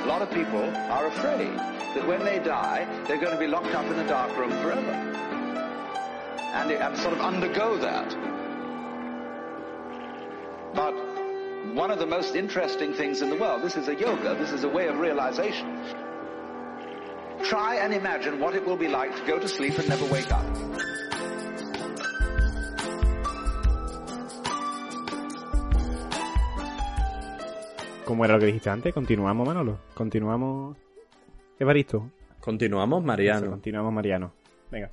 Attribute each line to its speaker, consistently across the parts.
Speaker 1: lot of people are afraid that when they die, they're going to be locked up in a dark room forever. And sort of undergo that. But one of the most interesting things in the world, this is a yoga, this is a way of realization. Try and imagine what it will be like to go to sleep and never wake up.
Speaker 2: ¿Cómo era lo que dijiste antes? ¿Continuamos, Manolo? ¿Continuamos, Evaristo?
Speaker 3: ¿Continuamos, Mariano?
Speaker 2: Sí, continuamos, Mariano. Venga.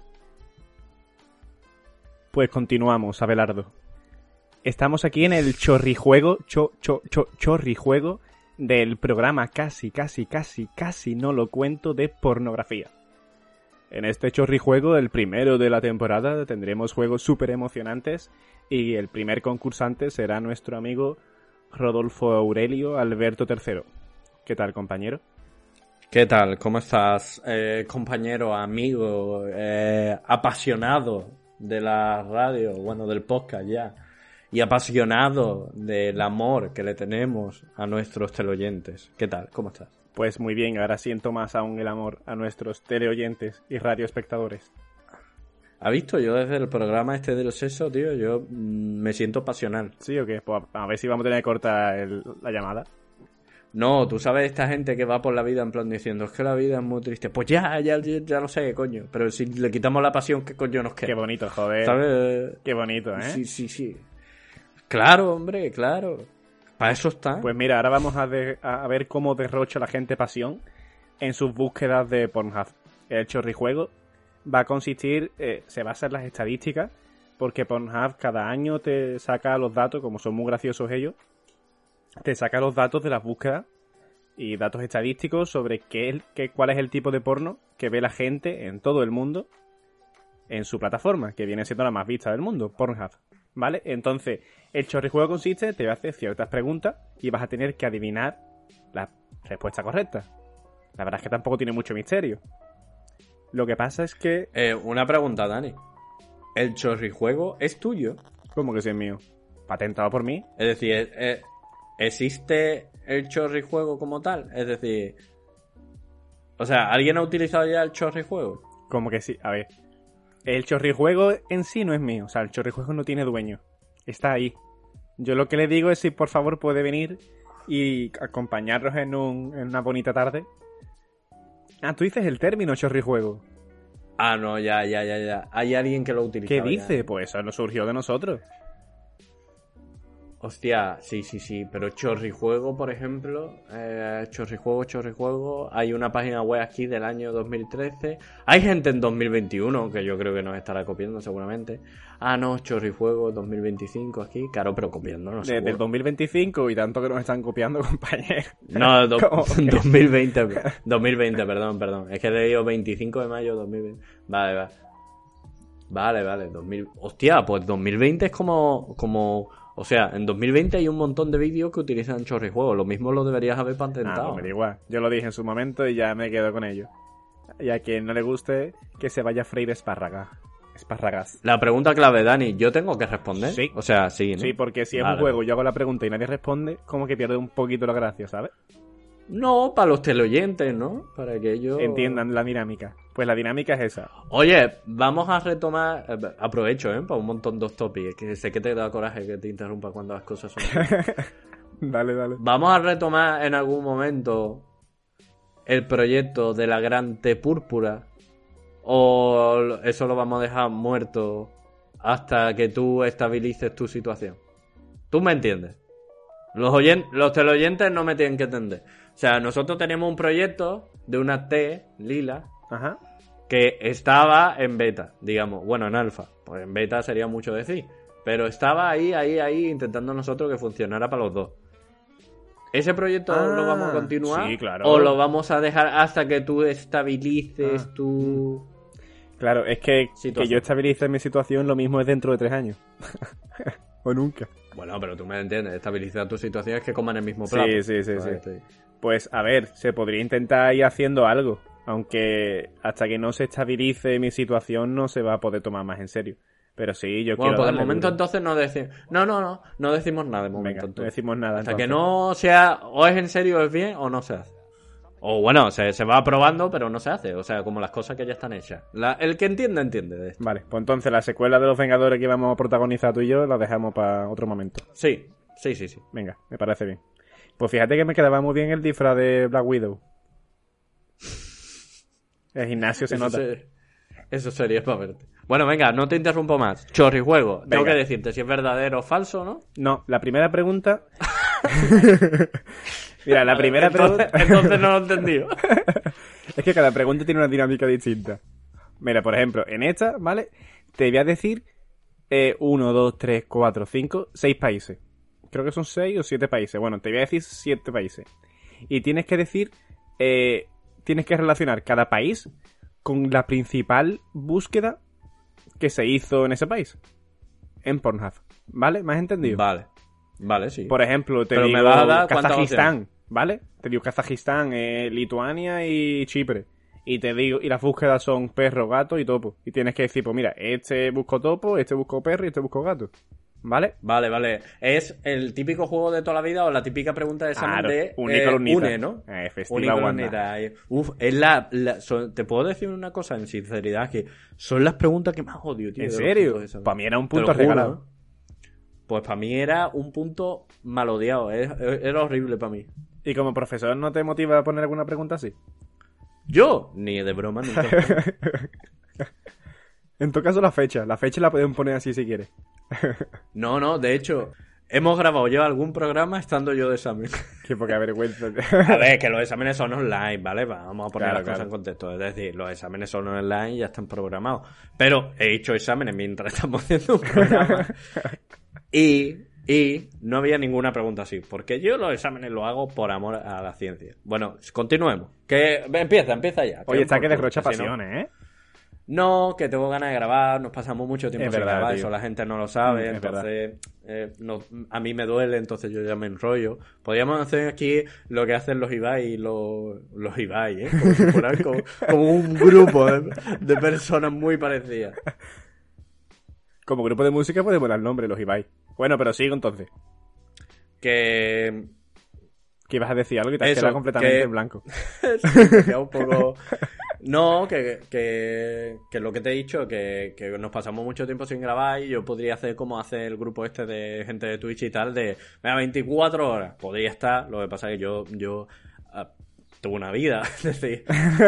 Speaker 2: Pues continuamos, Abelardo. Estamos aquí en el chorrijuego, chorrijuego del programa casi no lo cuento de pornografía. En este chorrijuego, el primero de la temporada, tendremos juegos súper emocionantes y el primer concursante será nuestro amigo Rodolfo Aurelio Alberto III. ¿Qué tal, compañero?
Speaker 3: ¿Qué tal? ¿Cómo estás, compañero, amigo, apasionado de la radio, bueno, del podcast ya, y apasionado del amor que le tenemos a nuestros teleoyentes? ¿Qué tal? ¿Cómo estás?
Speaker 2: Pues muy bien, ahora siento más aún el amor a nuestros teleoyentes y radioespectadores.
Speaker 3: ¿Has visto? Yo desde el programa este del sexo, tío, yo me siento pasional.
Speaker 2: ¿Sí o qué? Pues a ver si vamos a tener que cortar la llamada.
Speaker 3: No, tú sabes esta gente que va por la vida en plan diciendo es que la vida es muy triste. Pues ya lo sé, coño. Pero si le quitamos la pasión, ¿qué coño nos queda?
Speaker 2: Qué bonito, joder.
Speaker 3: ¿Sabes?
Speaker 2: Qué bonito, ¿eh?
Speaker 3: Sí. Claro, hombre, claro. Para eso está.
Speaker 2: Pues mira, ahora vamos a ver cómo derrocha la gente pasión en sus búsquedas de Pornhub. El chorrijuego va a consistir, se basa en las estadísticas, porque Pornhub cada año te saca los datos, como son muy graciosos ellos, te saca los datos de las búsquedas y datos estadísticos sobre cuál es el tipo de porno que ve la gente en todo el mundo en su plataforma, que viene siendo la más vista del mundo, Pornhub, ¿vale? Entonces, el chorrijuego consiste, te va a hacer ciertas preguntas y vas a tener que adivinar la respuesta correcta. La verdad es que tampoco tiene mucho misterio. Lo que pasa es que...
Speaker 3: Una pregunta, Dani. ¿El chorrijuego es tuyo?
Speaker 2: ¿Cómo que sí es mío? ¿Patentado por mí?
Speaker 3: Es decir, ¿existe el chorrijuego como tal? Es decir... O sea, ¿alguien ha utilizado ya el chorrijuego?
Speaker 2: ¿Cómo que sí? A ver. El chorrijuego en sí no es mío. O sea, el chorrijuego no tiene dueño. Está ahí. Yo lo que le digo es si por favor puede venir y acompañarnos en una bonita tarde. Ah, tú dices el término chorrijuego.
Speaker 3: Ah, no, ya. Hay alguien que lo utiliza.
Speaker 2: ¿Qué dice? Pues eso no surgió de nosotros.
Speaker 3: Hostia, sí, pero chorrijuego, por ejemplo, chorrijuego, hay una página web aquí del año 2013, hay gente en 2021 que yo creo que nos estará copiando seguramente. Ah, no, chorrijuego 2025 aquí, claro, pero copiándonos.
Speaker 2: Desde el 2025 y tanto que nos están copiando, compañeros.
Speaker 3: No, 2020, perdón, es que he leído 25 de mayo 2020, vale, 2000, hostia, pues 2020 es como o sea, en 2020 hay un montón de vídeos que utilizan chorrijuegos. Lo mismo lo deberías haber patentado.
Speaker 2: Ah, pues me da igual. Yo lo dije en su momento y ya me quedo con ello. Y a quien no le guste, que se vaya a freír espárragas.
Speaker 3: La pregunta clave, Dani, ¿yo tengo que responder?
Speaker 2: Sí.
Speaker 3: O sea, sí, ¿no?
Speaker 2: Sí, porque si es un juego y yo hago la pregunta y nadie responde, como que pierde un poquito la gracia, ¿sabes?
Speaker 3: No, para los teleoyentes, ¿no? Para que ellos...
Speaker 2: entiendan la dinámica. Pues la dinámica es esa.
Speaker 3: Oye, vamos a retomar... aprovecho, para un montón de off topics. Que sé que te da coraje que te interrumpa cuando las cosas son...
Speaker 2: Dale.
Speaker 3: Vamos a retomar en algún momento el proyecto de la Gran T Púrpura. O eso lo vamos a dejar muerto hasta que tú estabilices tu situación. ¿Tú me entiendes? Los teleoyentes no me tienen que entender. O sea, nosotros tenemos un proyecto de una T lila.
Speaker 2: Ajá.
Speaker 3: Que estaba en beta, digamos. Bueno, en alfa. Pues en beta sería mucho decir. Pero estaba ahí, intentando nosotros que funcionara para los dos. ¿Ese proyecto lo vamos a continuar?
Speaker 2: Sí, claro.
Speaker 3: ¿O lo vamos a dejar hasta que tú estabilices tu...
Speaker 2: Claro, es que
Speaker 3: situación?
Speaker 2: Que yo estabilice mi situación lo mismo es dentro de 3 años. O nunca.
Speaker 3: Bueno, pero tú me entiendes. Estabilizar tu situación es que coman el mismo plato.
Speaker 2: Sí. Pues a ver, se podría intentar ir haciendo algo. Aunque hasta que no se estabilice mi situación no se va a poder tomar más en serio. Pero sí, yo quiero...
Speaker 3: Bueno, pues de momento entonces no decimos... No decimos nada de momento.
Speaker 2: Venga, no decimos nada.
Speaker 3: Hasta
Speaker 2: entonces.
Speaker 3: que no sea o es en serio o es bien o no se hace. O bueno, se va probando, pero no se hace. O sea, como las cosas que ya están hechas. El que entiende, entiende de esto.
Speaker 2: Vale, pues entonces la secuela de Los Vengadores que íbamos a protagonizar tú y yo la dejamos para otro momento.
Speaker 3: Sí.
Speaker 2: Venga, me parece bien. Pues fíjate que me quedaba muy bien el disfraz de Black Widow. El gimnasio se nota.
Speaker 3: Eso sería para verte. Bueno, venga, no te interrumpo más. Chorrijuego. Tengo
Speaker 2: Venga.
Speaker 3: que decirte si es verdadero o falso, ¿no?
Speaker 2: No, la primera pregunta... Mira, la primera pregunta...
Speaker 3: Entonces no lo he entendido.
Speaker 2: Es que cada pregunta tiene una dinámica distinta. Mira, por ejemplo, en esta, ¿vale? Te voy a decir 1, 2, 3, 4, 5, 6 países. Creo que son 6 o 7 países. Bueno, te voy a decir 7 países. Y tienes que decir... tienes que relacionar cada país con la principal búsqueda que se hizo en ese país. En Pornhub. ¿Vale? ¿Me has entendido?
Speaker 3: Vale, sí.
Speaker 2: Por ejemplo, te
Speaker 3: Pero
Speaker 2: digo
Speaker 3: me vas a dar cuántas
Speaker 2: Kazajistán, ¿vale? Te digo Kazajistán, Lituania y Chipre. Y te digo, y las búsquedas son perro, gato y topo. Y tienes que decir, pues mira, este busco topo, este busco perro y este busco gato. ¿Vale?
Speaker 3: Vale. ¿Es el típico juego de toda la vida o la típica pregunta de examen
Speaker 2: Claro,
Speaker 3: de
Speaker 2: Unicolumnita.
Speaker 3: UNE, ¿no?
Speaker 2: Festiva Wanda.
Speaker 3: Unicolumnita. Uf, te puedo decir una cosa en sinceridad, que son las preguntas que más odio, tío.
Speaker 2: ¿En
Speaker 3: de los
Speaker 2: serio?
Speaker 3: puntos de examen.
Speaker 2: Para mí era un
Speaker 3: Te
Speaker 2: punto
Speaker 3: lo juro,
Speaker 2: regalado.
Speaker 3: ¿no? Pues para mí era un punto mal odiado. Era horrible para mí.
Speaker 2: ¿Y como profesor no te motiva a poner alguna pregunta así?
Speaker 3: Yo, ni de broma, nunca.
Speaker 2: En tu caso la fecha la pueden poner así si quieres.
Speaker 3: No, de hecho, hemos grabado ya algún programa estando yo de examen.
Speaker 2: Qué poca vergüenza.
Speaker 3: A ver, que los exámenes son online, ¿vale? Vamos a poner las cosas
Speaker 2: Claro.
Speaker 3: en contexto. Es decir, los exámenes son online y ya están programados. Pero he hecho exámenes mientras estamos haciendo un programa. Y no había ninguna pregunta así. Porque yo los exámenes los hago por amor a la ciencia. Bueno, continuemos. Que empieza ya.
Speaker 2: Oye, está que
Speaker 3: derrocha
Speaker 2: derrocha pasiones, ¿eh?
Speaker 3: No, que tengo ganas de grabar, nos pasamos mucho tiempo
Speaker 2: Es
Speaker 3: sin
Speaker 2: verdad,
Speaker 3: grabar,
Speaker 2: tío.
Speaker 3: eso la gente no lo sabe,
Speaker 2: Es
Speaker 3: entonces a mí me duele, entonces yo ya me enrollo. Podríamos hacer aquí lo que hacen los Ibai y los Ibai, ¿eh? Como si fueran como un grupo de personas muy parecidas.
Speaker 2: Como grupo de música podemos dar nombre, los Ibai. Bueno, pero sigo entonces.
Speaker 3: Que
Speaker 2: Que ibas a decir algo y te has
Speaker 3: Eso,
Speaker 2: quedado completamente
Speaker 3: que-
Speaker 2: en blanco.
Speaker 3: sí, me queda un poco... No, que lo que te he dicho, que nos pasamos mucho tiempo sin grabar y yo podría hacer como hace el grupo este de gente de Twitch y tal, de 24 horas. Podría estar, lo que pasa es que yo tengo una vida, es decir,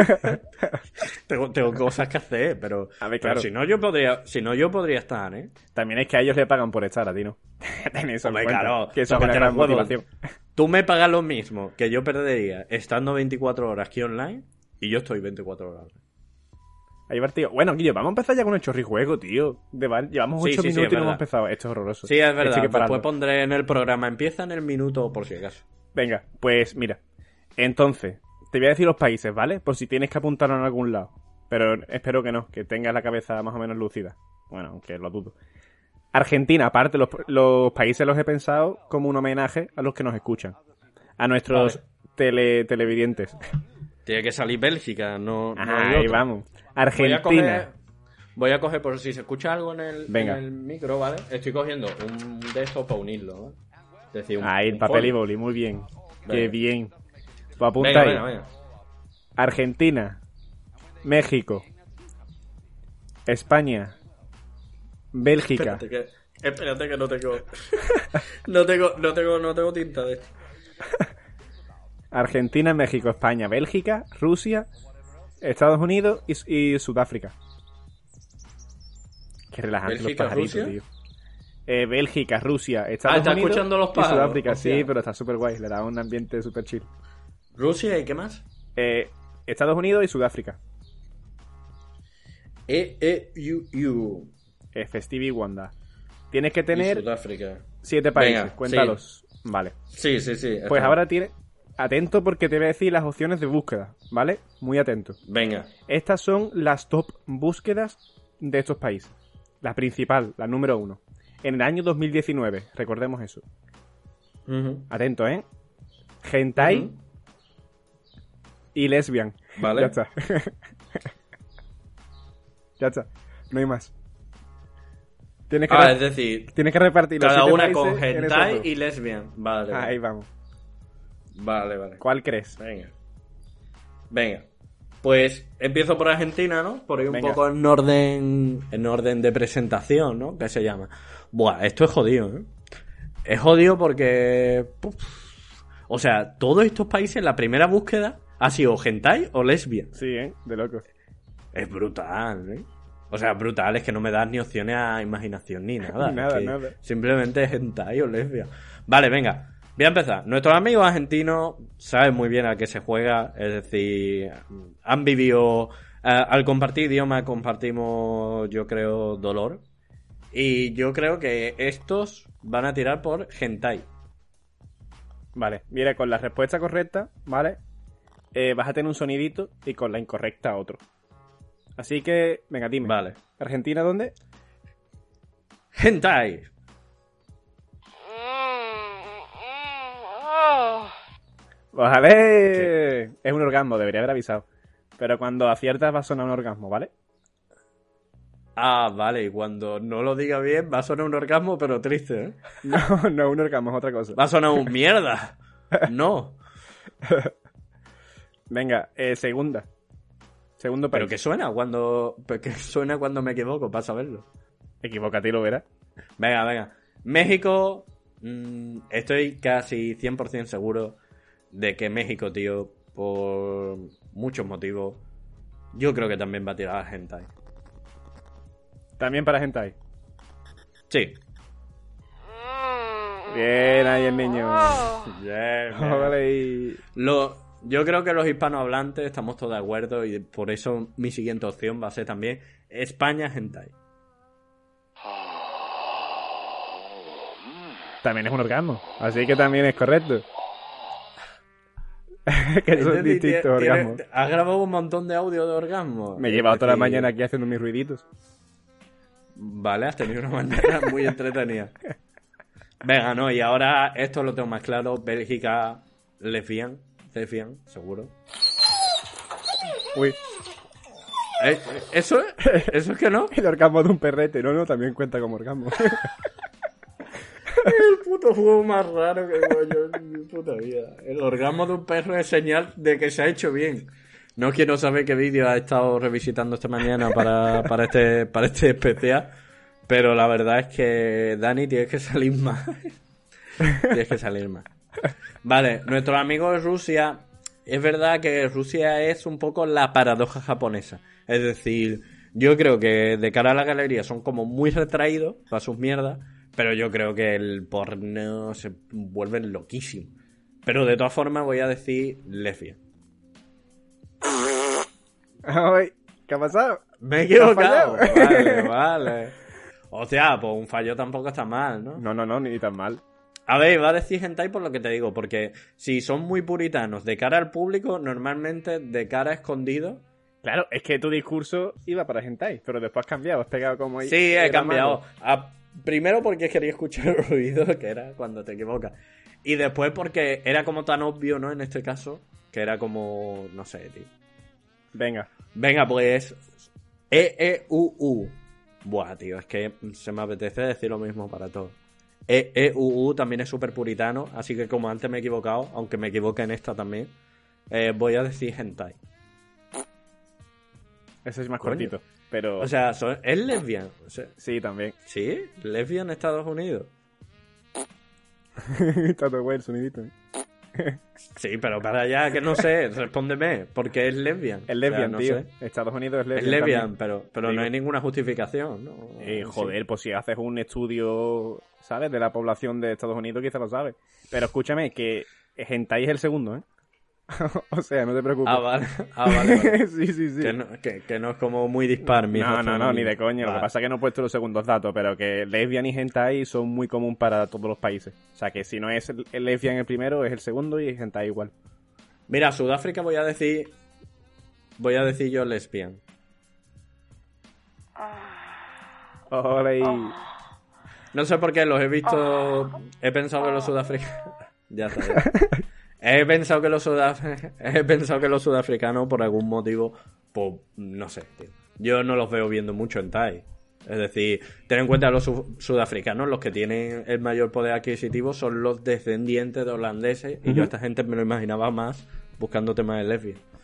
Speaker 3: tengo cosas que hacer, pero,
Speaker 2: A ver,
Speaker 3: pero
Speaker 2: claro.
Speaker 3: si no yo podría estar, ¿eh?
Speaker 2: También es que a ellos le pagan por estar, a ti no. Ten eso en
Speaker 3: Hombre,
Speaker 2: cuenta,
Speaker 3: claro,
Speaker 2: que eso es una
Speaker 3: tócate
Speaker 2: gran
Speaker 3: los huevos.
Speaker 2: motivación.
Speaker 3: Tú me pagas lo mismo que yo perdería estando 24 horas aquí online y yo estoy 24 horas.
Speaker 2: Ahí va el tío. Bueno, Guillo, vamos a empezar ya con el chorrijuego, tío. Llevamos 8
Speaker 3: Sí,
Speaker 2: minutos
Speaker 3: es
Speaker 2: y no hemos
Speaker 3: verdad.
Speaker 2: empezado. Esto es horroroso.
Speaker 3: Sí, es
Speaker 2: Esto hay
Speaker 3: verdad.
Speaker 2: que pararlo.
Speaker 3: Después pondré en el programa. Empieza en el minuto por si acaso.
Speaker 2: Venga, pues mira. Entonces, te voy a decir los países, ¿vale? Por si tienes que apuntarlo en algún lado. Pero espero que no, que tengas la cabeza más o menos lúcida. Bueno, aunque lo dudo. Argentina, aparte, los países los he pensado como un homenaje a los que nos escuchan. A nuestros televidentes.
Speaker 3: Tiene que salir Bélgica, no hay
Speaker 2: Ahí
Speaker 3: otro.
Speaker 2: vamos.
Speaker 3: Voy
Speaker 2: Argentina.
Speaker 3: a coger por si se escucha algo
Speaker 2: Venga.
Speaker 3: en el micro, ¿vale? Estoy cogiendo un de estos para unirlo, ¿vale? Es decir,
Speaker 2: Ahí, el
Speaker 3: un
Speaker 2: papel y
Speaker 3: folio.
Speaker 2: boli, muy bien. Qué
Speaker 3: Venga.
Speaker 2: bien. Pues apunta ahí.
Speaker 3: Venga.
Speaker 2: Argentina, México, España, Bélgica,
Speaker 3: Espérate que no tengo... no tengo tinta de esto.
Speaker 2: Argentina, México, España, Bélgica, Rusia, Estados Unidos y Sudáfrica. Qué relajante
Speaker 3: ¿Bélgica,
Speaker 2: los pajaritos,
Speaker 3: Rusia?
Speaker 2: tío. Bélgica, Rusia, Estados
Speaker 3: ¿está
Speaker 2: Unidos
Speaker 3: escuchando los
Speaker 2: y
Speaker 3: pájaros?
Speaker 2: Sudáfrica. Sí,
Speaker 3: Hostia.
Speaker 2: pero está súper guay. Le da un ambiente súper chill.
Speaker 3: ¿Rusia y qué más?
Speaker 2: Estados Unidos y Sudáfrica.
Speaker 3: EU.
Speaker 2: Festivi Wanda. Tienes que
Speaker 3: Y
Speaker 2: tener
Speaker 3: Sudáfrica.
Speaker 2: 7 países.
Speaker 3: Venga,
Speaker 2: Cuéntalos. Vale.
Speaker 3: Sí.
Speaker 2: Pues ahora tienes... Atento porque te voy a decir las opciones de búsqueda, ¿vale? Muy atento.
Speaker 3: Venga.
Speaker 2: Estas son las top búsquedas de estos países. La principal, la número 1. En el año 2019, recordemos eso.
Speaker 3: Ujú.
Speaker 2: Atento, ¿eh? Hentai
Speaker 3: Ujú.
Speaker 2: y lesbian.
Speaker 3: Vale.
Speaker 2: Ya está. Ya está. No hay más. Tienes que,
Speaker 3: Es decir,
Speaker 2: tienes que repartir los
Speaker 3: cada
Speaker 2: 7
Speaker 3: una con
Speaker 2: países en esos
Speaker 3: hentai
Speaker 2: dos.
Speaker 3: y lesbian. Vale.
Speaker 2: Ahí vamos.
Speaker 3: Vale.
Speaker 2: ¿Cuál crees?
Speaker 3: Venga. Venga. Pues empiezo por Argentina, ¿no? Por ir un
Speaker 2: Venga.
Speaker 3: poco en orden de presentación, ¿no? Que se llama. Buah, esto es jodido, ¿eh? Es jodido porque... O sea, todos estos países, la primera búsqueda ha sido hentai o lesbia.
Speaker 2: Sí, de loco.
Speaker 3: Es brutal, ¿eh? O sea, brutal, es que no me das ni opciones a imaginación ni nada.
Speaker 2: Nada,
Speaker 3: es que
Speaker 2: nada.
Speaker 3: Simplemente es hentai o lesbia. Vale, venga. Voy a empezar. Nuestros amigos argentinos saben muy bien a qué se juega. Es decir, han vivido... al compartir idioma compartimos, yo creo, dolor. Y yo creo que estos van a tirar por hentai.
Speaker 2: Vale, mira, con la respuesta correcta, ¿vale? Vas a tener un sonidito y con la incorrecta otro. Así que, venga, dime.
Speaker 3: Vale.
Speaker 2: ¿Argentina dónde?
Speaker 3: Hentai.
Speaker 2: ¡Vale! Es un orgasmo, debería haber avisado. Pero cuando aciertas va a sonar un orgasmo, ¿vale?
Speaker 3: Ah, vale, y cuando no lo diga bien va a sonar un orgasmo, pero triste, ¿eh?
Speaker 2: No, no, un orgasmo es otra cosa.
Speaker 3: Va a sonar un mierda. No.
Speaker 2: Venga, segunda. Segundo país.
Speaker 3: ¿Pero qué suena cuando me equivoco para saberlo?
Speaker 2: Equivócate y lo verás.
Speaker 3: Venga. México, estoy casi 100% seguro de que México, tío, por muchos motivos, yo creo que también va a tirar a hentai.
Speaker 2: También para hentai.
Speaker 3: Sí.
Speaker 2: Bien, ahí el niño.
Speaker 3: Bien.
Speaker 2: Vale.
Speaker 3: Yo creo que los hispanohablantes estamos todos de acuerdo y por eso mi siguiente opción va a ser también España hentai.
Speaker 2: También es un orgasmo. Así que también es correcto. Que son distintos orgasmos.
Speaker 3: Has grabado un montón de audio de orgasmos.
Speaker 2: Me he llevado toda la mañana aquí haciendo mis ruiditos.
Speaker 3: Vale, has tenido una mañana muy entretenida. Venga, no, y ahora esto lo tengo más claro. Bélgica, lesbian, seguro.
Speaker 2: Uy,
Speaker 3: ¿Eso es que no?
Speaker 2: el orgasmo de un perrete. No, también cuenta como orgasmo.
Speaker 3: El puto juego más raro que he yo en mi puta vida. El orgasmo de un perro es señal de que se ha hecho bien. No quiero saber qué vídeo ha estado revisitando esta mañana para este especial, pero la verdad es que, Dani, tienes que salir más. Vale, nuestros amigos de Rusia, es verdad que Rusia es un poco la paradoja japonesa. Es decir, yo creo que de cara a la galería son como muy retraídos para sus mierdas, pero yo creo que el porno se vuelven loquísimos. Pero de todas formas voy a decir lesbia.
Speaker 2: Ay, ¿qué ha pasado?
Speaker 3: Me he equivocado.
Speaker 2: ¿Te has fallado?
Speaker 3: Vale. O sea, pues un fallo tampoco está mal, ¿no?
Speaker 2: No, ni tan mal.
Speaker 3: A ver, iba a decir hentai por lo que te digo, porque si son muy puritanos de cara al público, normalmente de cara a escondido.
Speaker 2: Claro, es que tu discurso iba para hentai, pero después has cambiado, has pegado como ahí.
Speaker 3: Sí, he
Speaker 2: era
Speaker 3: cambiado.
Speaker 2: malo.
Speaker 3: Primero porque quería escuchar el ruido, que era cuando te equivocas. Y después porque era como tan obvio, ¿no? En este caso, que era como... no sé, tío.
Speaker 2: Venga.
Speaker 3: Venga, pues... E-E-U-U. Buah, tío, es que se me apetece decir lo mismo para todos. E-E-U-U también es súper puritano, así que como antes me he equivocado, aunque me equivoque en esta también, voy a decir hentai.
Speaker 2: Ese es más
Speaker 3: Coño.
Speaker 2: cortito, pero...
Speaker 3: O sea, es lesbian. O sea,
Speaker 2: sí, también.
Speaker 3: ¿sí? ¿Lesbian en Estados Unidos?
Speaker 2: Está todo bueno el sonidito.
Speaker 3: Sí, pero para allá, que no sé, respóndeme, porque es lesbian.
Speaker 2: Es lesbian,
Speaker 3: O sea, no
Speaker 2: tío.
Speaker 3: sé.
Speaker 2: Estados Unidos es
Speaker 3: Es
Speaker 2: lesbian.
Speaker 3: lesbian,
Speaker 2: también.
Speaker 3: pero no
Speaker 2: Digo.
Speaker 3: hay ninguna justificación, ¿no?
Speaker 2: Joder, pues si haces un estudio, ¿sabes? De la población de Estados Unidos, quizás lo sabes. Pero escúchame, que hentai es el segundo, ¿eh? O sea, no te preocupes.
Speaker 3: Vale. Vale.
Speaker 2: sí.
Speaker 3: Que no es como muy dispar, mi
Speaker 2: No, ni de coña. Lo que
Speaker 3: Vale.
Speaker 2: pasa es que no he puesto los segundos datos, pero que lesbian y hentai son muy común para todos los países. O sea, que si no es el lesbian el primero, es el segundo y hentai igual.
Speaker 3: Mira, Sudáfrica voy a decir yo lesbian.
Speaker 2: Ole.
Speaker 3: No sé por qué los he visto. He pensado que los sudafricanos. Ya está. He pensado que los sudafricanos, por algún motivo, pues no sé, tío. Yo no los veo viendo mucho en Thai. Es decir, ten en cuenta los sudafricanos, los que tienen el mayor poder adquisitivo son los descendientes de holandeses. Y yo a esta gente me lo imaginaba más buscando temas de lesbia.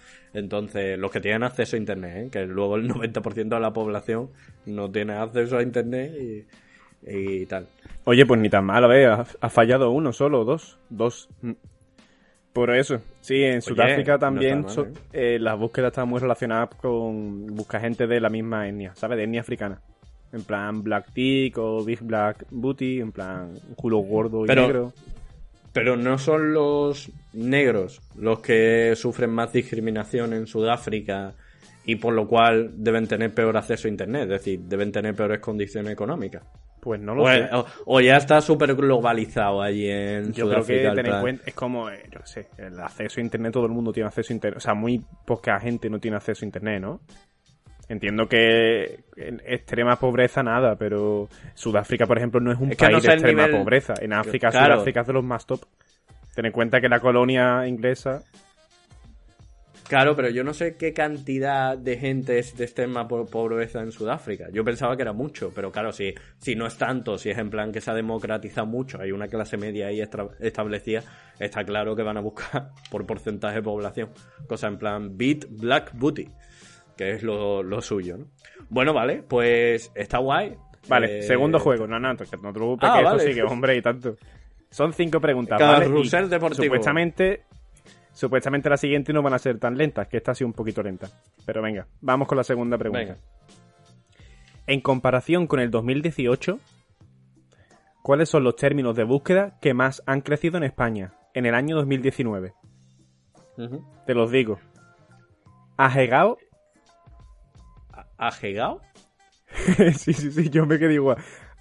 Speaker 3: Entonces, los que tienen acceso a internet, ¿eh? Que luego el 90% de la población no tiene acceso a internet y tal.
Speaker 2: Oye, pues ni tan malo, ha fallado uno solo, dos. Por eso, sí, en Sudáfrica
Speaker 3: no
Speaker 2: también
Speaker 3: está mal,
Speaker 2: las búsquedas están muy relacionadas con buscar gente de la misma etnia, ¿sabes? De etnia africana. En plan Black Tick o Big Black Booty, en plan culo gordo y negro.
Speaker 3: Pero no son los negros los que sufren más discriminación en Sudáfrica y por lo cual deben tener peor acceso a internet, es decir, deben tener peores condiciones económicas.
Speaker 2: Pues no lo sé.
Speaker 3: O ya está súper globalizado allí en
Speaker 2: Yo
Speaker 3: Sudáfrica.
Speaker 2: creo que ten en cuenta, es como, yo qué sé, el acceso a internet, todo el mundo tiene acceso a internet. O sea, muy poca gente no tiene acceso a internet, ¿no? Entiendo que en extrema pobreza nada, pero Sudáfrica, por ejemplo, no es un país de extrema pobreza. En África,
Speaker 3: claro.
Speaker 2: Sudáfrica es de los más top. Ten en cuenta que la colonia inglesa...
Speaker 3: Claro, pero yo no sé qué cantidad de gente es de extrema pobreza en Sudáfrica. Yo pensaba que era mucho, pero claro, si no es tanto, si es en plan que se ha democratizado mucho, hay una clase media ahí establecida, está claro que van a buscar por porcentaje de población. Cosa en plan beat Black Booty, que es lo suyo, ¿no? Bueno, vale, pues está guay.
Speaker 2: Vale, segundo juego. No, que no te preocupes, que
Speaker 3: vale.
Speaker 2: esto sigue, hombre, y tanto. Son 5 preguntas,
Speaker 3: Carrusel
Speaker 2: ¿vale?
Speaker 3: deportivo.
Speaker 2: Supuestamente las siguientes no van a ser tan lentas, que esta ha sido un poquito lenta. Pero venga, vamos con la segunda pregunta.
Speaker 3: Venga.
Speaker 2: En comparación con el 2018, ¿cuáles son los términos de búsqueda que más han crecido en España en el año 2019?
Speaker 3: Uh-huh.
Speaker 2: Te los digo. Ajegao.
Speaker 3: ¿Ajegao?
Speaker 2: sí, yo me quedé igual.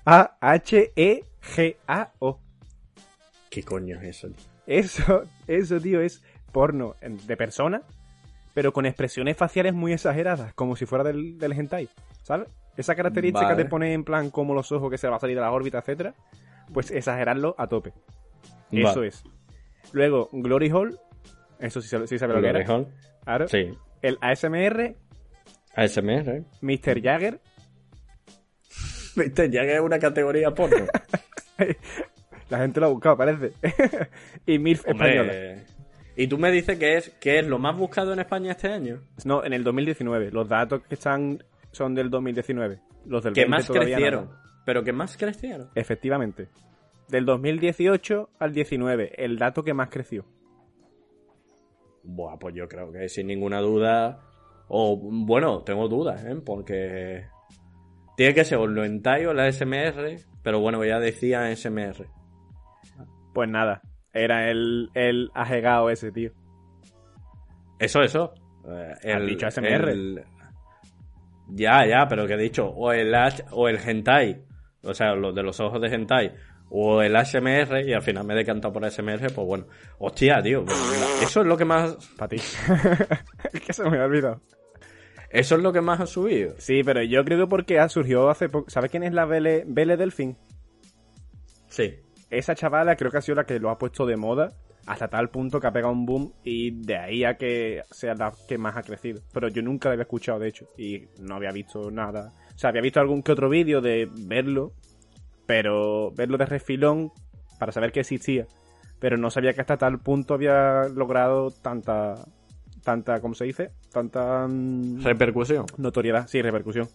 Speaker 2: A-H-E-G-A-O.
Speaker 3: ¿Qué coño es eso, tío?
Speaker 2: Eso, tío, es porno de persona, pero con expresiones faciales muy exageradas, como si fuera del hentai, ¿sabes? Esa característica
Speaker 3: Vale.
Speaker 2: de poner en plan como los ojos que se va a salir de la órbita, etcétera, pues exagerarlo a tope. Eso
Speaker 3: Vale.
Speaker 2: es. Luego, Glory Hall, eso sí sabe lo que era.
Speaker 3: Glory Hall.
Speaker 2: Claro.
Speaker 3: Sí.
Speaker 2: El ASMR,
Speaker 3: ASMR.
Speaker 2: Mr. Jagger,
Speaker 3: Viste, ya que es una categoría porno.
Speaker 2: la gente lo ha buscado, parece. Y MILF española.
Speaker 3: ¿Y tú me dices que es lo más buscado en España este año?
Speaker 2: No, en el 2019. Los datos que están son del 2019. Los del
Speaker 3: Que
Speaker 2: 20
Speaker 3: más
Speaker 2: todavía
Speaker 3: crecieron.
Speaker 2: nada.
Speaker 3: Pero que más crecieron.
Speaker 2: Efectivamente. Del 2018 al 19, el dato que más creció.
Speaker 3: Buah, pues yo creo que sin ninguna duda... O, bueno, tengo dudas, ¿eh? Porque... Tiene que ser o lo hentai o la SMR, pero bueno, ya decía SMR.
Speaker 2: Pues nada, era el ajegao ese, tío.
Speaker 3: Eso.
Speaker 2: ¿Has dicho SMR?
Speaker 3: Ya, pero que he dicho, o el hentai, o sea, los de los ojos de hentai, o el ASMR, y al final me he decantado por ASMR, pues bueno. Hostia, tío, eso es lo que más...
Speaker 2: Para ti. Es que se me ha olvidado.
Speaker 3: Eso es lo que más ha subido.
Speaker 2: Sí, pero yo creo que porque surgió hace poco... ¿Sabes quién es la Belle Delfín?
Speaker 3: Sí.
Speaker 2: Esa chavala creo que ha sido la que lo ha puesto de moda hasta tal punto que ha pegado un boom y de ahí a que sea la que más ha crecido. Pero yo nunca la había escuchado, de hecho, y no había visto nada. O sea, había visto algún que otro vídeo de verlo, pero verlo de refilón para saber que existía. Pero no sabía que hasta tal punto había logrado tanta, ¿cómo se dice? Tanta
Speaker 3: Repercusión.
Speaker 2: notoriedad, sí, repercusión.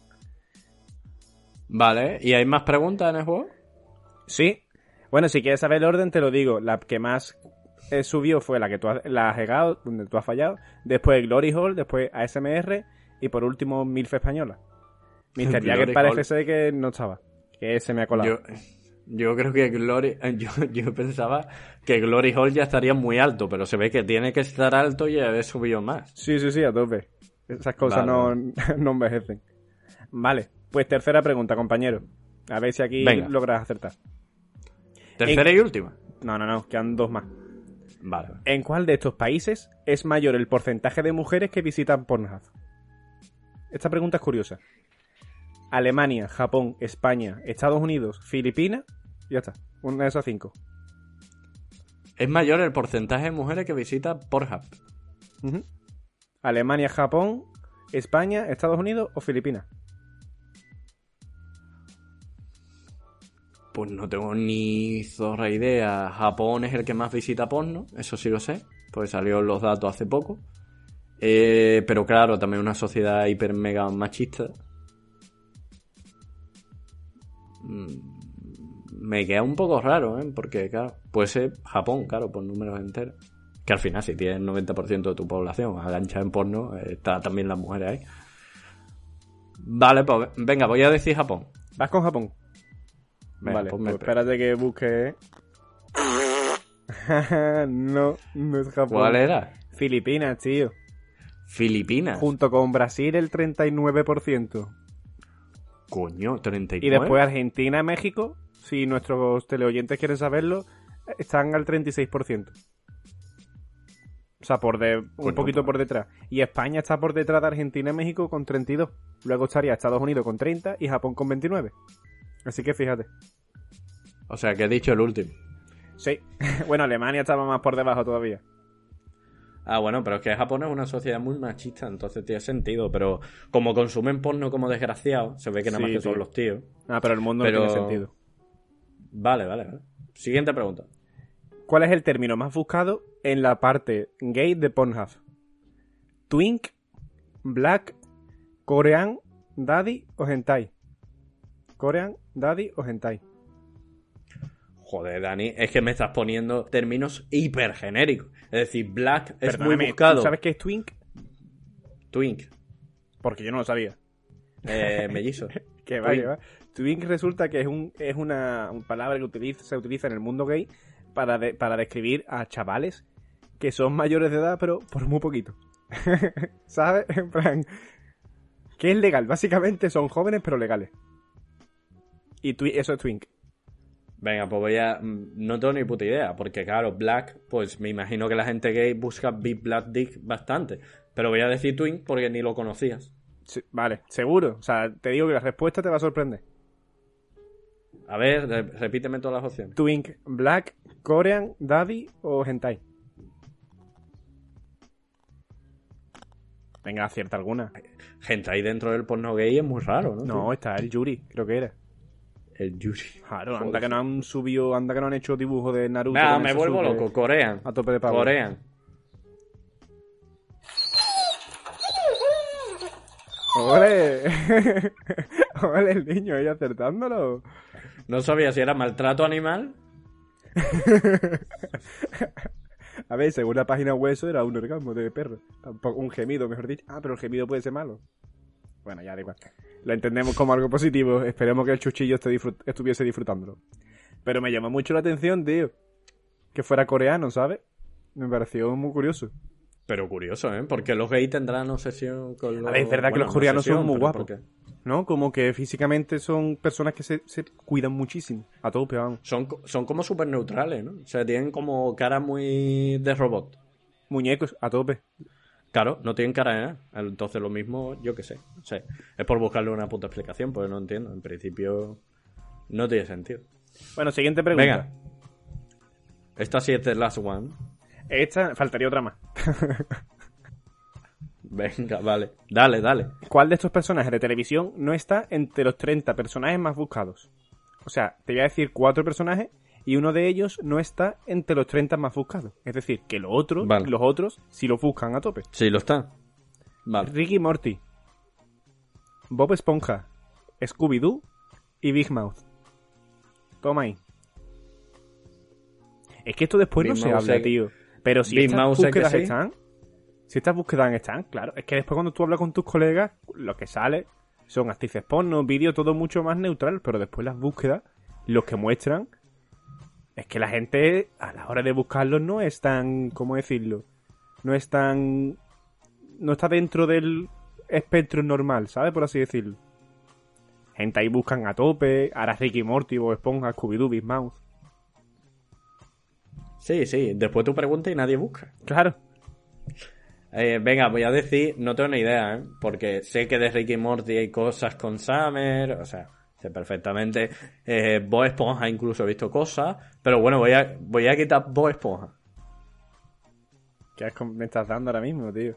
Speaker 3: Vale, ¿y hay más preguntas en el juego?
Speaker 2: Sí. Bueno, si quieres saber el orden, te lo digo. La que más subió fue la que la has llegado, donde tú has fallado. Después Glory Hall, después ASMR y por último MILF española. Mr. Jagger parece ser que no estaba. Que se me ha colado.
Speaker 3: Yo creo que yo pensaba que Glory Hall ya estaría muy alto, pero se ve que tiene que estar alto y haber subido más.
Speaker 2: Sí, a tope. Esas cosas
Speaker 3: Vale.
Speaker 2: no envejecen. Vale, pues tercera pregunta, compañero. A ver si aquí logras acertar.
Speaker 3: ¿Tercera y última?
Speaker 2: No, quedan dos más.
Speaker 3: Vale.
Speaker 2: ¿En cuál de estos países es mayor el porcentaje de mujeres que visitan Pornhub? Esta pregunta es curiosa. Alemania, Japón, España, Estados Unidos, Filipinas. Ya está. Una de esas 5.
Speaker 3: Es mayor el porcentaje de mujeres que visita Pornhub.
Speaker 2: Uh-huh. Alemania, Japón, España, Estados Unidos o Filipinas.
Speaker 3: Pues no tengo ni zorra idea. Japón es el que más visita porno, eso sí lo sé, pues salieron los datos hace poco. Pero claro, también una sociedad hiper mega machista. Me queda un poco raro, ¿eh? Porque, claro, puede ser Japón, claro, por números enteros. Que al final, si tienes el 90% de tu población aganchada en porno, está también las mujeres ahí. Vale, pues venga, voy a decir Japón.
Speaker 2: ¿Vas con Japón?
Speaker 3: Venga,
Speaker 2: Vale,
Speaker 3: pues
Speaker 2: pues espérate que busque. No es Japón.
Speaker 3: ¿Cuál era?
Speaker 2: Filipinas, tío.
Speaker 3: Filipinas.
Speaker 2: Junto con Brasil el 39%.
Speaker 3: Coño, 39.
Speaker 2: Y después Argentina, México, si nuestros teleoyentes quieren saberlo, están al 36%. O sea, un poquito por detrás. Y España está por detrás de Argentina y México con 32. Luego estaría Estados Unidos con 30 y Japón con 29. Así que fíjate.
Speaker 3: O sea, que he dicho el último.
Speaker 2: Sí. Bueno, Alemania estaba más por debajo todavía.
Speaker 3: Ah, bueno, pero es que Japón es una sociedad muy machista, entonces tiene sentido. Pero como consumen porno como desgraciados, se ve que nada más que son los tíos.
Speaker 2: Ah, pero el mundo no tiene sentido.
Speaker 3: Vale. Siguiente pregunta.
Speaker 2: ¿Cuál es el término más buscado en la parte gay de Pornhub? ¿Twink, Black, Korean, Daddy o Hentai? ¿Korean, Daddy o Hentai?
Speaker 3: Joder, Dani, es que me estás poniendo términos hiper genéricos. Es decir, Black es
Speaker 2: Perdóname,
Speaker 3: muy buscado.
Speaker 2: ¿tú sabes qué es Twink?
Speaker 3: Twink.
Speaker 2: Porque yo no lo sabía.
Speaker 3: Mellizo.
Speaker 2: Que va. Twink resulta que es una palabra que se utiliza en el mundo gay para describir a chavales que son mayores de edad, pero por muy poquito. ¿Sabes? En plan, que es legal. Básicamente son jóvenes, pero legales. Y eso es Twink.
Speaker 3: Venga, pues no tengo ni puta idea, porque claro, Black, pues me imagino que la gente gay busca Big Black Dick bastante. Pero voy a decir Twink porque ni lo conocías.
Speaker 2: Sí, vale, seguro. O sea, te digo que la respuesta te va a sorprender.
Speaker 3: A ver, repíteme todas las opciones.
Speaker 2: Twink, Black, Korean, Daddy o Hentai. Venga, acierta alguna.
Speaker 3: Hentai dentro del porno gay es muy raro, ¿no?
Speaker 2: No, está el Yuri, creo que era.
Speaker 3: El Yuri.
Speaker 2: Claro, anda que no han hecho dibujos de Naruto.
Speaker 3: Nah, me vuelvo loco. Corean.
Speaker 2: A tope de pavo.
Speaker 3: Corean.
Speaker 2: ¡Ole! ¡Ole el niño ahí acertándolo!
Speaker 3: No sabía si era maltrato animal.
Speaker 2: A ver, según la página web eso era un orgasmo de perro. Tampoco, un gemido, mejor dicho. Ah, pero el gemido puede ser malo. Bueno, ya da igual. Lo entendemos como algo positivo. Esperemos que el chuchillo estuviese disfrutándolo. Pero me llamó mucho la atención, tío. Que fuera coreano, ¿sabes? Me pareció muy curioso.
Speaker 3: Pero curioso, ¿eh? Porque los gays tendrán obsesión con los...
Speaker 2: A ver, es verdad que los coreanos son muy guapos. ¿No? Como que físicamente son personas que se cuidan muchísimo. A tope, vamos.
Speaker 3: Son como súper neutrales, ¿no? O sea, tienen como cara muy de robot.
Speaker 2: Muñecos, a tope.
Speaker 3: Claro, no tienen cara de nada. Entonces lo mismo, yo qué sé. O sea, es por buscarle una puta explicación, porque no entiendo. En principio, no tiene sentido.
Speaker 2: Bueno, siguiente pregunta.
Speaker 3: Venga. Esta sí es the last one.
Speaker 2: Esta, faltaría otra más.
Speaker 3: Venga, vale. Dale.
Speaker 2: ¿Cuál de estos personajes de televisión no está entre los 30 personajes más buscados? O sea, te voy a decir 4 personajes y uno de ellos no está entre los 30 más buscados. Es decir, que los otros sí lo buscan a tope.
Speaker 3: Sí, lo está. Vale.
Speaker 2: Ricky Morty, Bob Esponja, Scooby-Doo y Big Mouth. Toma ahí. Es que esto después
Speaker 3: Big
Speaker 2: no se
Speaker 3: Mouth
Speaker 2: habla, tío. Pero si
Speaker 3: Big
Speaker 2: estas
Speaker 3: Mouth
Speaker 2: búsquedas
Speaker 3: que sí.
Speaker 2: están... Si estas búsquedas están, claro. Es que después cuando tú hablas con tus colegas, lo que sale son actrices porno, vídeos, todo mucho más neutral. Pero después las búsquedas, los que muestran... Es que la gente, a la hora de buscarlos, no es tan... ¿Cómo decirlo? No es tan... No está dentro del espectro normal, ¿sabes? Por así decirlo. Gente ahí buscan a tope. Ahora Ricky Morty, Bob Esponja, Scooby-Doo, Big Mouth.
Speaker 3: Sí. Después tú preguntas y nadie busca.
Speaker 2: Claro.
Speaker 3: Venga, voy a decir... No tengo ni idea, ¿eh? Porque sé que de Ricky Morty hay cosas con Summer. O sea... Sé perfectamente. Bob Esponja incluso he visto cosas. Pero bueno, voy a quitar Bob Esponja.
Speaker 2: ¿Qué asco me estás dando ahora mismo, tío?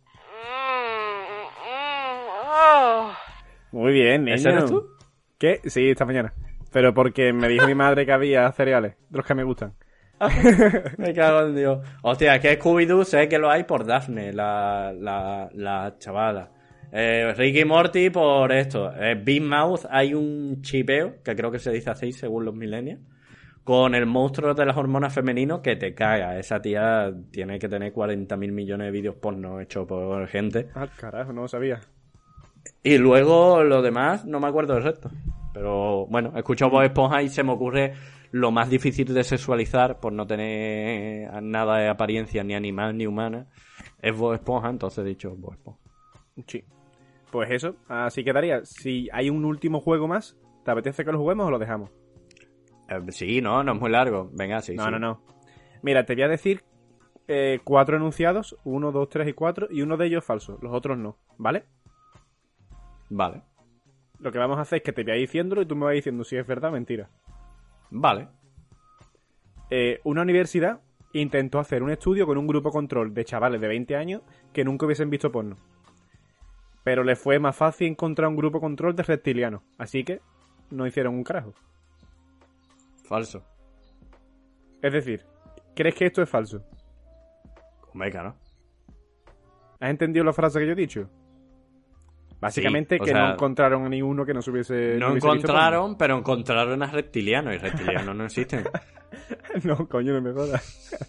Speaker 2: Muy bien, niño.
Speaker 3: ¿Ese eres tú?
Speaker 2: ¿Qué? Sí, esta mañana. Pero porque me dijo mi madre que había cereales, de los que me gustan.
Speaker 3: Me cago en Dios. Hostia, es que Scooby-Doo sé que lo hay por Daphne, la chavala. Ricky y Morty por esto. Big Mouth hay un chipeo, que creo que se dice así según los millennials, con el monstruo de las hormonas femeninos que te caga. Esa tía tiene que tener 40.000 millones de vídeos porno hechos por gente.
Speaker 2: Ah, carajo, no lo sabía.
Speaker 3: Y luego lo demás, no me acuerdo del resto. Pero bueno, he escuchado Bob Esponja y se me ocurre lo más difícil de sexualizar por no tener nada de apariencia ni animal ni humana. Es Bob Esponja, entonces he dicho Bob Esponja.
Speaker 2: Sí. Pues eso, así quedaría. Si hay un último juego más, ¿te apetece que lo juguemos o lo dejamos?
Speaker 3: Sí, no es muy largo. Venga, sí.
Speaker 2: No. Mira, te voy a decir 4 enunciados, 1, 2, 3 y 4, y uno de ellos es falso, los otros no, ¿vale?
Speaker 3: Vale.
Speaker 2: Lo que vamos a hacer es que te voy a ir diciéndolo y tú me vas diciendo si es verdad o mentira.
Speaker 3: Vale.
Speaker 2: Una universidad intentó hacer un estudio con un grupo control de chavales de 20 años que nunca hubiesen visto porno. Pero les fue más fácil encontrar un grupo control de reptilianos, así que no hicieron un carajo.
Speaker 3: Falso.
Speaker 2: Es decir, ¿crees que esto es falso?
Speaker 3: Venga, ¿no?
Speaker 2: ¿Has entendido la frase que yo he dicho? Básicamente
Speaker 3: Sí,
Speaker 2: que no encontraron a ninguno que no se hubiese...
Speaker 3: No
Speaker 2: hubiese visto
Speaker 3: encontraron, pero encontraron a reptilianos y reptilianos no existen.
Speaker 2: porno. No, coño, no me jodas.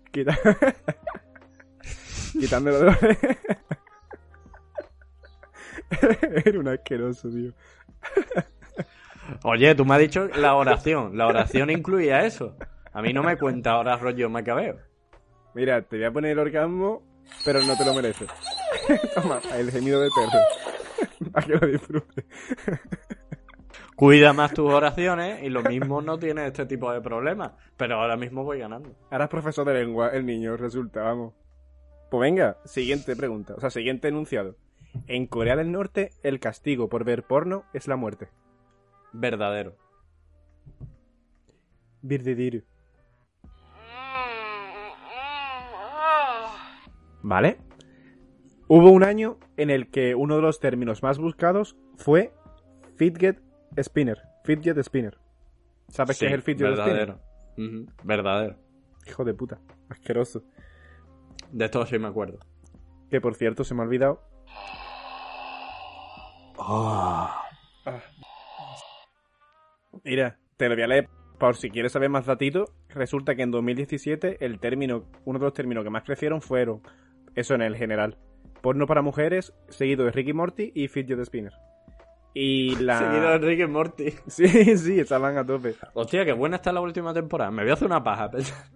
Speaker 2: Quitándolo de... Era un asqueroso, tío.
Speaker 3: Oye, tú me has dicho la oración. La oración incluía eso. A mí no me cuenta ahora rollo macabeo.
Speaker 2: Mira, te voy a poner el orgasmo, pero no te lo mereces. Toma, el gemido del perro. Para que lo disfrutes.
Speaker 3: Cuida más tus oraciones y lo mismo no tienes este tipo de problemas. Pero ahora mismo voy ganando.
Speaker 2: Ahora es profesor de lengua, el niño, resulta, vamos. Pues venga, siguiente pregunta. O sea, siguiente enunciado. En Corea del Norte, el castigo por ver porno es la muerte.
Speaker 3: Verdadero.
Speaker 2: Verdadero. ¿Vale? Hubo un año en el que uno de los términos más buscados fue Fidget Spinner. Fidget Spinner. ¿Sabes
Speaker 3: Sí,
Speaker 2: qué es el Fidget
Speaker 3: verdadero.
Speaker 2: Spinner?
Speaker 3: Verdadero.
Speaker 2: Hijo de puta. Asqueroso.
Speaker 3: De esto sí me acuerdo.
Speaker 2: Que por cierto, se me ha olvidado. Mira, te lo voy a leer por si quieres saber más datitos. Resulta que en 2017 uno de los términos que más crecieron fueron, eso en el general, porno para mujeres, seguido de Ricky Morty y Fidget Spinner. Y
Speaker 3: Seguido de Enrique y Morty.
Speaker 2: Sí, estaban a tope.
Speaker 3: Hostia, qué buena está la última temporada. Me voy a hacer una paja.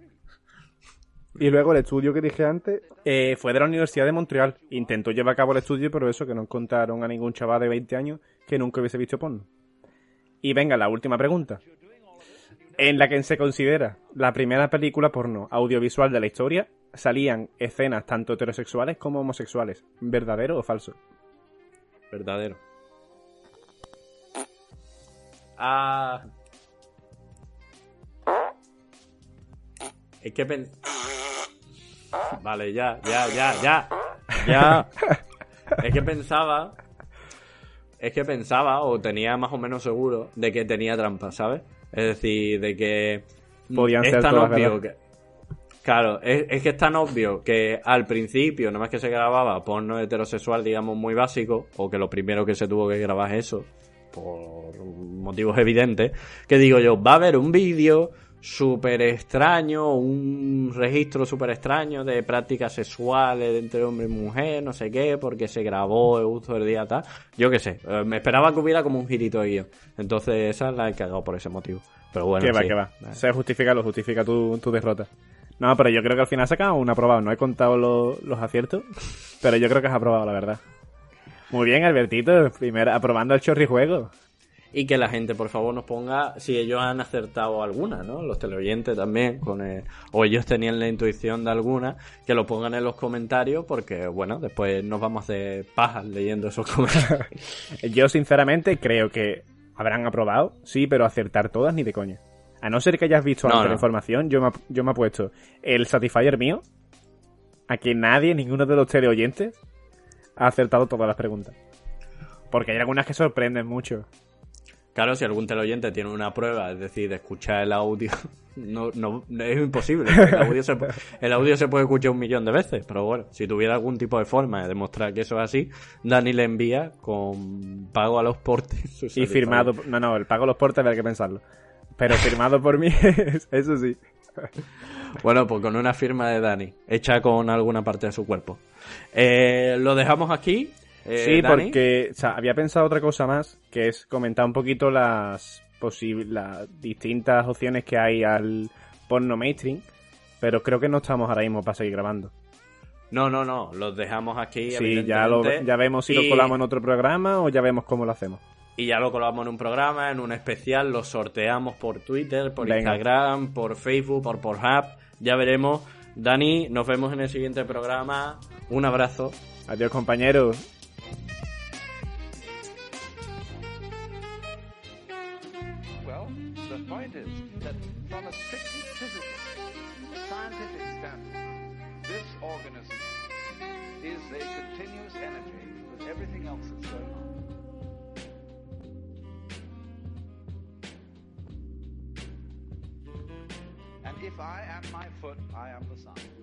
Speaker 2: Y luego el estudio que dije antes fue de la Universidad de Montreal. Intentó llevar a cabo el estudio, pero eso, que no encontraron a ningún chaval de 20 años que nunca hubiese visto porno. Y venga, la última pregunta. En la que se considera la primera película porno audiovisual de la historia, salían escenas tanto heterosexuales como homosexuales. ¿Verdadero o falso?
Speaker 3: Verdadero. Es que Vale, ya. Es que pensaba, o tenía más o menos seguro, de que tenía trampa, ¿sabes? Es decir, de que
Speaker 2: Podían
Speaker 3: es
Speaker 2: ser
Speaker 3: tan
Speaker 2: todas,
Speaker 3: obvio
Speaker 2: ¿verdad?
Speaker 3: Claro, es que es tan obvio que al principio, nada más que se grababa porno heterosexual, digamos, muy básico, o que lo primero que se tuvo que grabar es eso, por motivos evidentes, que digo yo, va a haber un vídeo súper extraño, un registro súper extraño de prácticas sexuales entre hombre y mujer, no sé qué, porque se grabó el uso del día tal. Yo qué sé, me esperaba que hubiera como un girito de guión. Entonces esa la he cagado por ese motivo. Pero bueno,
Speaker 2: ¿Qué va,
Speaker 3: sí.
Speaker 2: qué va? Se justifica tu derrota. No, pero yo creo que al final sacamos un aprobado. No he contado los aciertos, pero yo creo que has aprobado, la verdad. Muy bien, Albertito. Primero, aprobando el chorrijuego.
Speaker 3: Y que la gente, por favor, nos ponga si ellos han acertado alguna, ¿no? Los teleoyentes también, o ellos tenían la intuición de alguna, que lo pongan en los comentarios, porque, bueno, después nos vamos a hacer pajas leyendo esos comentarios.
Speaker 2: Yo, sinceramente, creo que habrán aprobado, sí, pero acertar todas ni de coña. A no ser que hayas visto antes la información, yo me he puesto el Satisfyer mío, a que ninguno de los teleoyentes, ha acertado todas las preguntas. Porque hay algunas que sorprenden mucho.
Speaker 3: Claro, si algún teleoyente tiene una prueba, es decir, de escuchar el audio, no es imposible. El audio se puede escuchar 1.000.000 de veces, pero bueno, si tuviera algún tipo de forma de demostrar que eso es así, Dani le envía con pago a los portes.
Speaker 2: Y firmado, no, el pago a los portes habría que pensarlo. Pero firmado por mí, eso sí.
Speaker 3: Bueno, pues con una firma de Dani, hecha con alguna parte de su cuerpo. Lo dejamos aquí.
Speaker 2: Sí,
Speaker 3: Dani.
Speaker 2: porque había pensado otra cosa más, que es comentar un poquito las distintas opciones que hay al porno mainstream, pero creo que no estamos ahora mismo para seguir grabando.
Speaker 3: No, los dejamos aquí.
Speaker 2: Sí, ya vemos si lo colamos en otro programa o ya vemos cómo lo hacemos.
Speaker 3: Y ya lo colamos en un programa, en un especial, lo sorteamos por Twitter, por
Speaker 2: Venga.
Speaker 3: Instagram, por Facebook, por Pornhub, ya veremos. Dani, nos vemos en el siguiente programa. Un abrazo.
Speaker 2: Adiós, compañeros.
Speaker 1: Well, the point is that from a strictly physical, scientific standpoint, this organism is a continuous energy with everything else that's going on. And if I am my foot, I am the sun.